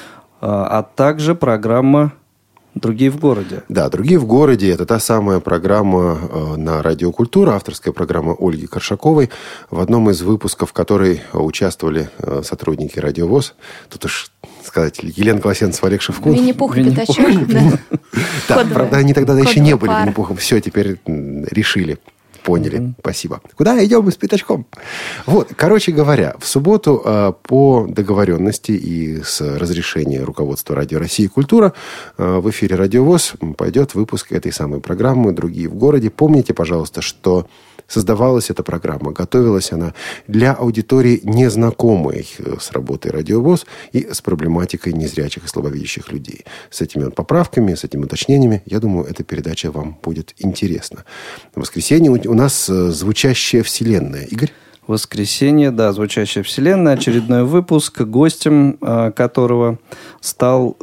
А также программа «Другие в городе». Да, «Другие в городе» – это та самая программа на Радио Культура, авторская программа Ольги Коршаковой, в одном из выпусков которой участвовали сотрудники Радио ВОС. Тут уж сказать, Елена Колосенцева, Олег Шевкун. Винни-Пух и Пятачок. Да, правда, они тогда еще не были Винни-Пухом. Все, теперь решили. Поняли. Спасибо. Куда идем с Пятачком? Вот, короче говоря, в субботу по договоренности и с разрешения руководства Радио России «Культура» в эфире Радио ВОС пойдет выпуск этой самой программы «Другие в городе». Помните, пожалуйста, что создавалась эта программа, готовилась она для аудитории, незнакомой с работой Радио ВОС и с проблематикой незрячих и слабовидящих людей. С этими поправками, с этими уточнениями, я думаю, эта передача вам будет интересна. В воскресенье у нас «Звучащая вселенная». Игорь? Воскресенье, да, «Звучащая вселенная», очередной выпуск, гостем которого стал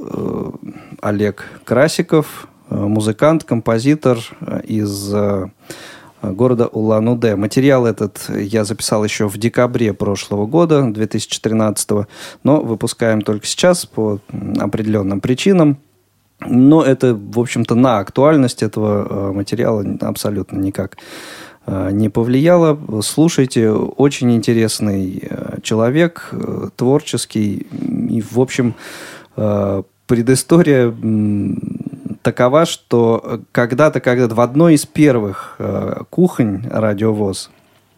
Олег Красиков, музыкант, композитор из города Улан-Удэ. Материал этот я записал еще в декабре прошлого года, 2013, но выпускаем только сейчас по определенным причинам. Но это, в общем-то, на актуальность этого материала абсолютно никак не повлияло. Слушайте, очень интересный человек, творческий. И, в общем, предыстория такова, что когда-то в одной из первых кухонь Радио ВОС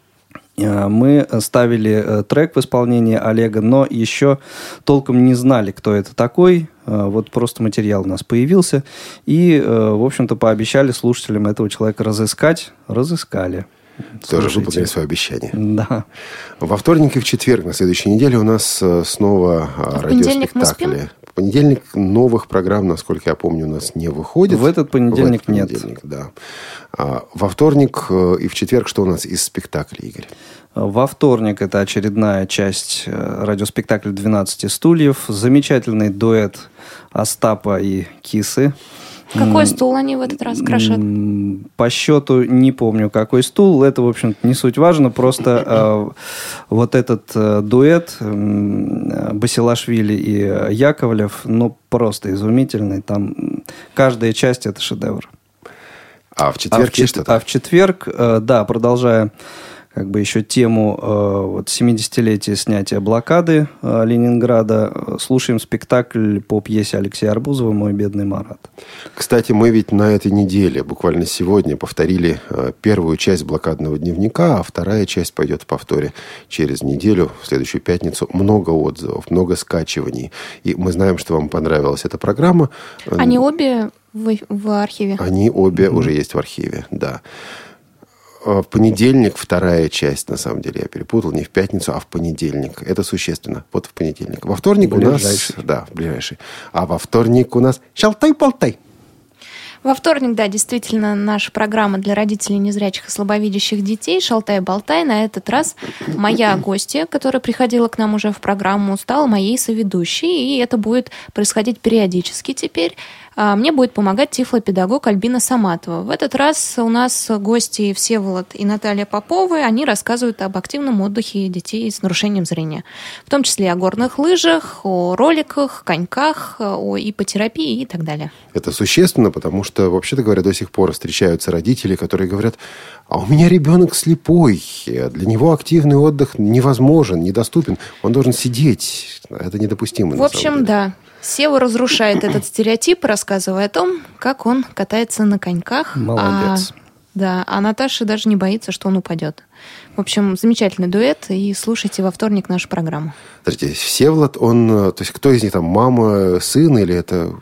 мы ставили трек в исполнении Олега, но еще толком не знали, кто это такой. Вот просто материал у нас появился. И, в общем-то, пообещали слушателям этого человека разыскать. Разыскали. Тоже выполнили свое обещание. Да. Во вторник и в четверг на следующей неделе у нас снова радиоспектакли. В понедельник новых программ, насколько я помню, у нас не выходит. В этот понедельник нет. Да. Во вторник и в четверг что у нас из спектаклей, Игорь? Во вторник это очередная часть радиоспектакля «12 стульев». Замечательный дуэт Остапа и Кисы. Какой стул они в этот раз крошат? По счету не помню, какой стул. Это, в общем-то, не суть важно. Просто вот этот дуэт Басилашвили и Яковлев, просто изумительный. Там каждая часть – это шедевр. А в четверг есть что-то? А в четверг, да, продолжая еще тему 70-летия снятия блокады Ленинграда, слушаем спектакль по пьесе Алексея Арбузова «Мой бедный Марат». Кстати, мы ведь на этой неделе, буквально сегодня, повторили первую часть блокадного дневника, а вторая часть пойдет в повторе через неделю, в следующую пятницу. Много отзывов, много скачиваний. И мы знаем, что вам понравилась эта программа. Они обе в архиве? Они обе уже есть в архиве, да. В понедельник вторая часть, на самом деле, я перепутал, не в пятницу, а в понедельник. Это существенно. Вот в понедельник. Во вторник у нас... Да, в ближайший. А во вторник у нас «Шалтай-болтай». Во вторник, да, действительно, наша программа для родителей незрячих и слабовидящих детей «Шалтай-болтай». На этот раз моя гостья, которая приходила к нам уже в программу, стала моей соведущей, и это будет происходить периодически теперь. Мне будет помогать тифлопедагог Альбина Саматова. В этот раз у нас гости Всеволод и Наталья Поповы. Они рассказывают об активном отдыхе детей с нарушением зрения. В том числе о горных лыжах, о роликах, коньках, о ипотерапии и так далее. Это существенно, потому что, вообще-то говоря, до сих пор встречаются родители, которые говорят: а у меня ребенок слепой, для него активный отдых невозможен, недоступен, он должен сидеть. Это недопустимо. В общем, да. Сева разрушает этот стереотип, рассказывая о том, как он катается на коньках. Молодец. А Наташа даже не боится, что он упадет. В общем, замечательный дуэт, и слушайте во вторник нашу программу. Смотрите, Всеволод, он... То есть, кто из них там, мама, сын, или это...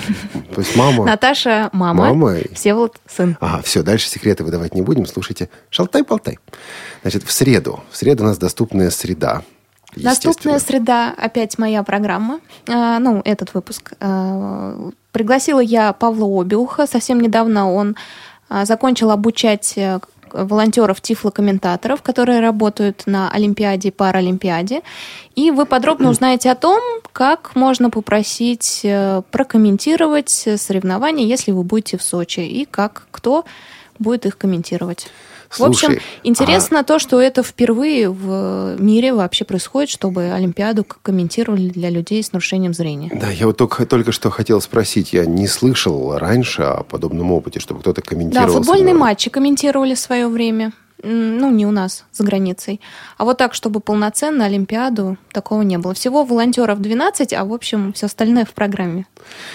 То есть, мама... Наташа мама, Всеволод сын. Все, дальше секреты выдавать не будем. Слушайте «Шалтай-болтай». Значит, в среду у нас доступная среда. Доступная среда, опять моя программа, этот выпуск. Пригласила я Павла Обиуха. Совсем недавно он закончил обучать волонтеров тифлокомментаторов, которые работают на Олимпиаде и Паралимпиаде. И вы подробно узнаете о том, как можно попросить прокомментировать соревнования, если вы будете в Сочи, и кто будет их комментировать. Слушай, в общем, интересно то, что это впервые в мире вообще происходит, чтобы Олимпиаду комментировали для людей с нарушением зрения. Да, я вот только что хотел спросить. Я не слышал раньше о подобном опыте, чтобы кто-то комментировал. Да, футбольные матчи комментировали в свое время. Не у нас, за границей. А вот так, чтобы полноценно Олимпиаду, такого не было. Всего волонтеров 12, а в общем все остальное в программе.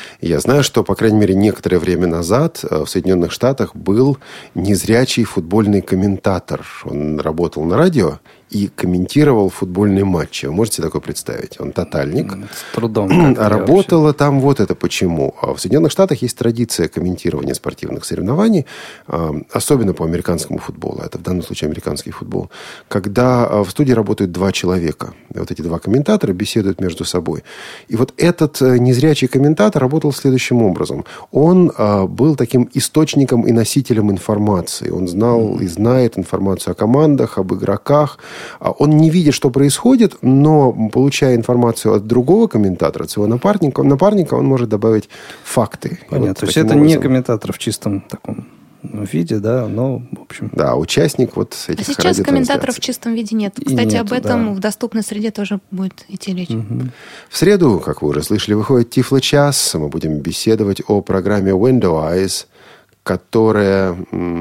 Я знаю, что, по крайней мере, некоторое время назад в Соединенных Штатах был незрячий футбольный комментатор. Он работал на радио и комментировал футбольные матчи. Вы можете такое представить? Он тотальник. С трудом. А работало там вот это почему. В Соединенных Штатах есть традиция комментирования спортивных соревнований, особенно по американскому футболу. Это в данном случае американский футбол. Когда в студии работают два человека. И вот эти два комментатора беседуют между собой. И вот этот незрячий комментатор работал следующим образом. Он был таким источником и носителем информации. Он знал и знает информацию о командах, об игроках. Он не видит, что происходит, но, получая информацию от другого комментатора, от своего напарника, он может добавить факты. Понятно. То есть это не комментатор в чистом таком виде, да, но, в общем... Да, участник вот этих радиотрансляций. А сейчас комментаторов в чистом виде нет. Кстати, об этом в доступной среде тоже будет идти речь. В среду, как вы уже слышали, выходит Тифло-час. Мы будем беседовать о программе Window Eyes, которая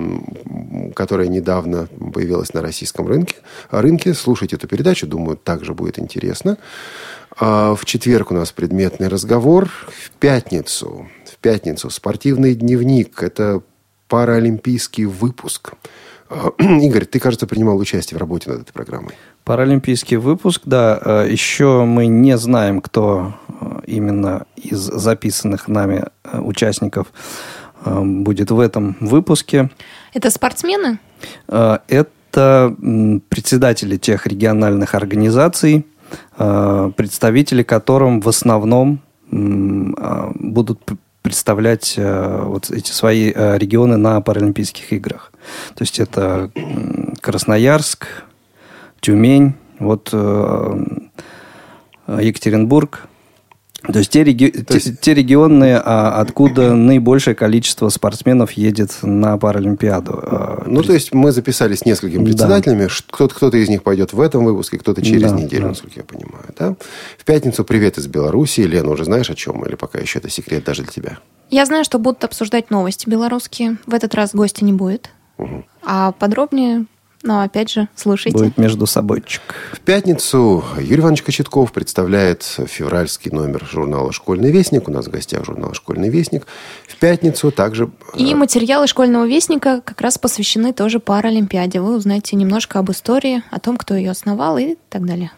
недавно появилась на российском рынке. Слушайте эту передачу, думаю, также будет интересно. В четверг у нас предметный разговор. В пятницу спортивный дневник. Это паралимпийский выпуск. Игорь, ты, кажется, принимал участие в работе над этой программой. Паралимпийский выпуск, да. Еще мы не знаем, кто именно из записанных нами участников будет в этом выпуске. Это спортсмены? Это председатели тех региональных организаций, представители которым в основном будут представлять вот эти свои регионы на Паралимпийских играх. То есть это Красноярск, Тюмень, вот Екатеринбург. То есть те регионы, откуда наибольшее количество спортсменов едет на Паралимпиаду. То есть мы записались с несколькими председателями. Да. Кто-то из них пойдет в этом выпуске, кто-то через неделю, насколько я понимаю. Да? В пятницу привет из Беларуси. Лена, уже знаешь о чем? Или пока еще это секрет даже для тебя? Я знаю, что будут обсуждать новости белорусские. В этот раз гостя не будет. Угу. А подробнее... Но, опять же, слушайте. Будет между собойчик. В пятницу Юрий Иванович Кочетков представляет февральский номер журнала «Школьный вестник». У нас в гостях журнал «Школьный вестник». В пятницу также... И материалы «Школьного вестника» как раз посвящены тоже Паралимпиаде. Вы узнаете немножко об истории, о том, кто ее основал и так далее.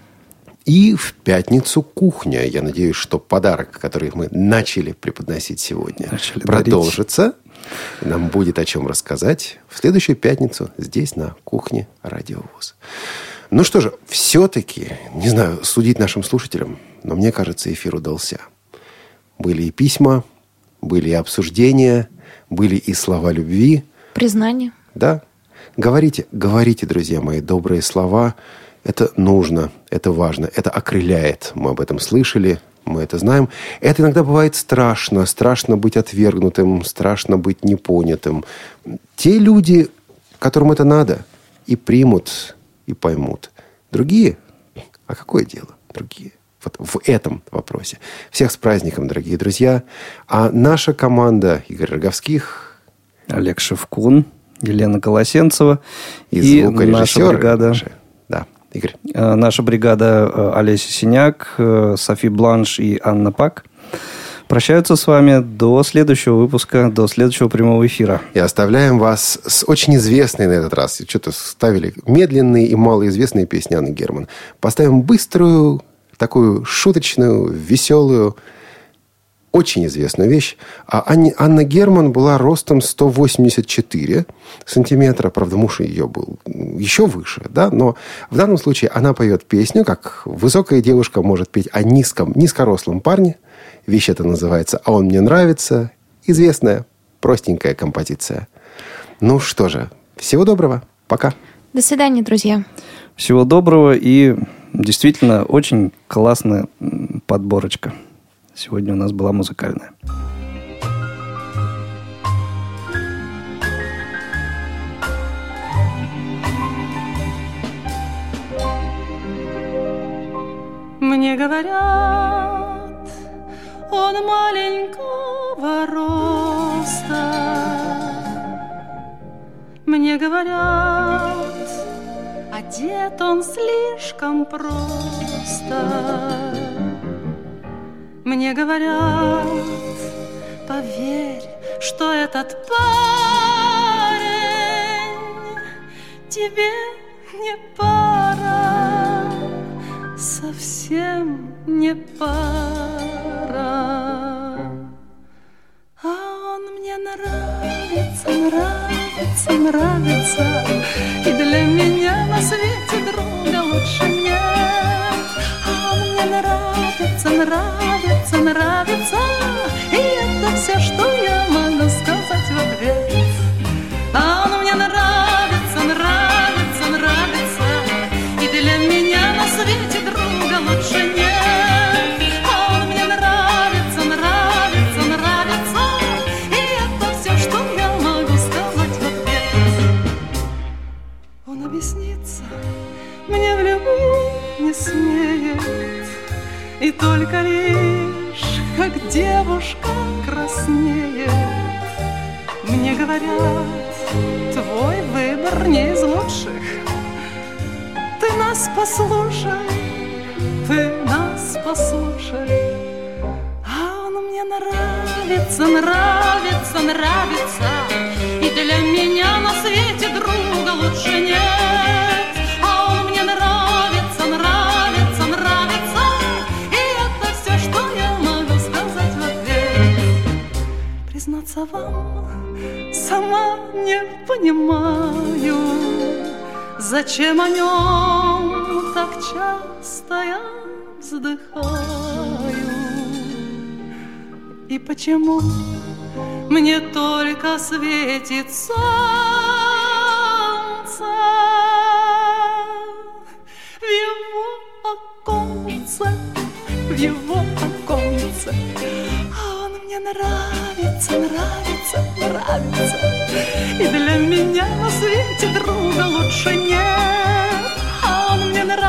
И в пятницу кухня. Я надеюсь, что подарок, который мы начали преподносить сегодня, продолжится. Дарить. Нам будет о чем рассказать в следующую пятницу здесь, на кухне Радио ВОС. Ну что же, все-таки, не знаю, судить нашим слушателям, но мне кажется, эфир удался. Были и письма, были и обсуждения, были и слова любви. Признание. Да. Говорите, друзья мои, добрые слова. Это нужно, это важно, это окрыляет. Мы об этом слышали. Мы это знаем. Это иногда бывает страшно. Страшно быть отвергнутым, страшно быть непонятым. Те люди, которым это надо, и примут, и поймут. Другие? А какое дело? Другие. Вот в этом вопросе. Всех с праздником, дорогие друзья. А наша команда Игорь Роговских, Олег Шевкун, Елена Колосенцева и наша бригада... Да. Игорь. Наша бригада Олеся Синяк, Софи Бланш и Анна Пак прощаются с вами до следующего выпуска, до следующего прямого эфира. И оставляем вас с очень известной на этот раз. Что-то ставили медленные и малоизвестные песни Анны Герман. Поставим быструю, такую шуточную, веселую, очень известную вещь. Анна Герман была ростом 184 сантиметра. Правда, муж ее был еще выше. Да? Но в данном случае она поет песню, как высокая девушка может петь о низкорослом парне. Вещь эта называется «А он мне нравится». Известная, простенькая композиция. Ну что же, всего доброго. Пока. До свидания, друзья. Всего доброго и действительно очень классная подборочка. Сегодня у нас была музыкальная. Мне говорят, он маленького роста. Мне говорят, одет он слишком просто. Мне говорят, поверь, что этот парень тебе не пара, совсем не пара. А он мне нравится, нравится, нравится, и для меня на свете друга лучше нет. А он мне нравится, нравится, нравится, и это все, что я могу сказать в ответ. А он мне нравится, нравится, нравится, и для меня на свете друга лучше нет. А он мне нравится, нравится, нравится, и это все, что я могу сказать в ответ. Он объяснится мне в любви не смеет, и только лишь, как девушка краснеет. Мне говорят, твой выбор не из лучших. Ты нас послушай, ты нас послушай. А он мне нравится, нравится, нравится, и для меня на свете друга лучше нет. А он мне нравится, нравится, нравится, и это все, что я могу сказать в ответ. Признаться вам, сама не понимаю, зачем о нем так часто я вздыхаю. И почему мне только светит солнце в его оконце, в его оконце. А он мне нравится, нравится, нравится. И для меня на свете друга лучше нет. А он мне нравится,